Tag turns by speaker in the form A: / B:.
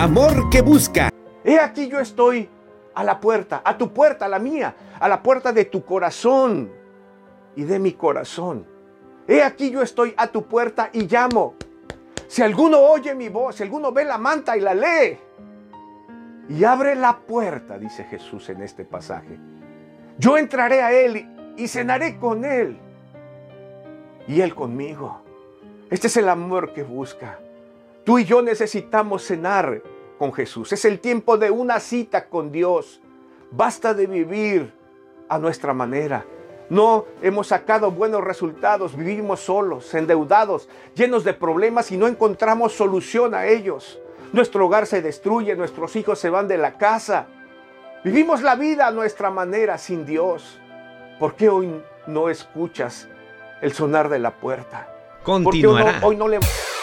A: amor que busca.
B: He aquí yo estoy a la puerta, a tu puerta, a la mía, a la puerta de tu corazón y de mi corazón. He aquí yo estoy a tu puerta y llamo. Si alguno oye mi voz, si alguno ve la manta y la lee y abre la puerta, dice Jesús en este pasaje, yo entraré a él y cenaré con él y él conmigo. Este es el amor que busca. Tú y yo necesitamos cenar con Jesús. Es el tiempo de una cita con Dios. Basta de vivir a nuestra manera. No hemos sacado buenos resultados, vivimos solos, endeudados, llenos de problemas y no encontramos solución a ellos. Nuestro hogar se destruye, nuestros hijos se van de la casa. Vivimos la vida a nuestra manera sin Dios. ¿Por qué hoy no escuchas el sonar de la puerta?
A: Continuará.
B: ¿Por qué hoy no le...